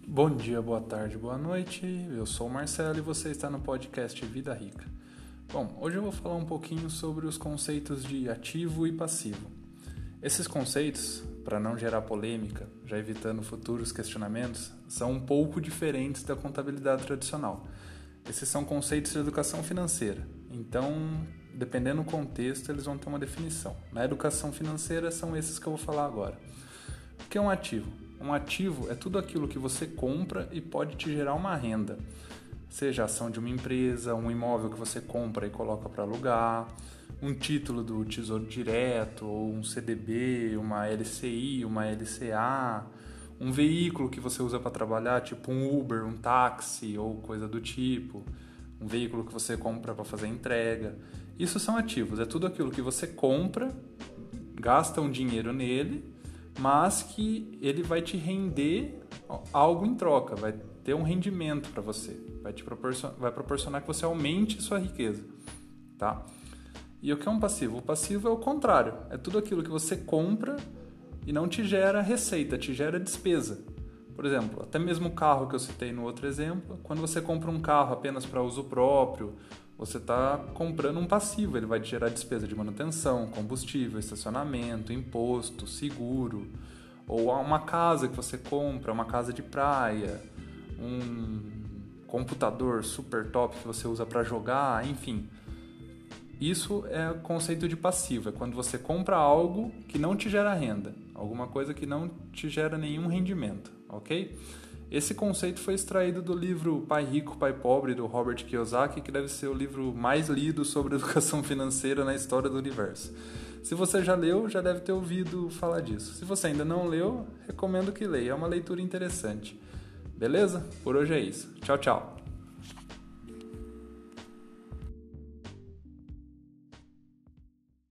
Bom dia, boa tarde, boa noite. Eu sou o Marcelo e você está no podcast Vida Rica. Bom, hoje eu vou falar um pouquinho sobre os conceitos de ativo e passivo. Esses conceitos, para não gerar polêmica, já evitando futuros questionamentos, são um pouco diferentes da contabilidade tradicional. Esses são conceitos de educação financeira, então, dependendo do contexto, eles vão ter uma definição. Na educação financeira, são esses que eu vou falar agora. O que é um ativo? Um ativo é tudo aquilo que você compra e pode te gerar uma renda. Seja a ação de uma empresa, um imóvel que você compra e coloca para alugar, um título do Tesouro Direto, ou um CDB, uma LCI, uma LCA, um veículo que você usa para trabalhar, tipo um Uber, um táxi ou coisa do tipo, um veículo que você compra para fazer entrega. Isso são ativos, é tudo aquilo que você compra, gasta um dinheiro nele, mas que ele vai te render algo em troca, vai ter um rendimento para você, vai proporcionar que você aumente sua riqueza, tá? E o que é um passivo? O passivo é o contrário, é tudo aquilo que você compra e não te gera receita, te gera despesa. Por exemplo, até mesmo o carro que eu citei no outro exemplo, quando você compra um carro apenas para uso próprio, você está comprando um passivo, ele vai te gerar despesa de manutenção, combustível, estacionamento, imposto, seguro, ou uma casa que você compra, uma casa de praia, um computador super top que você usa para jogar, enfim. Isso é o conceito de passivo, é quando você compra algo que não te gera renda, alguma coisa que não te gera nenhum rendimento, ok? Esse conceito foi extraído do livro Pai Rico, Pai Pobre, do Robert Kiyosaki, que deve ser o livro mais lido sobre educação financeira na história do universo. Se você já leu, já deve ter ouvido falar disso. Se você ainda não leu, recomendo que leia, é uma leitura interessante. Beleza? Por hoje é isso. Tchau, tchau.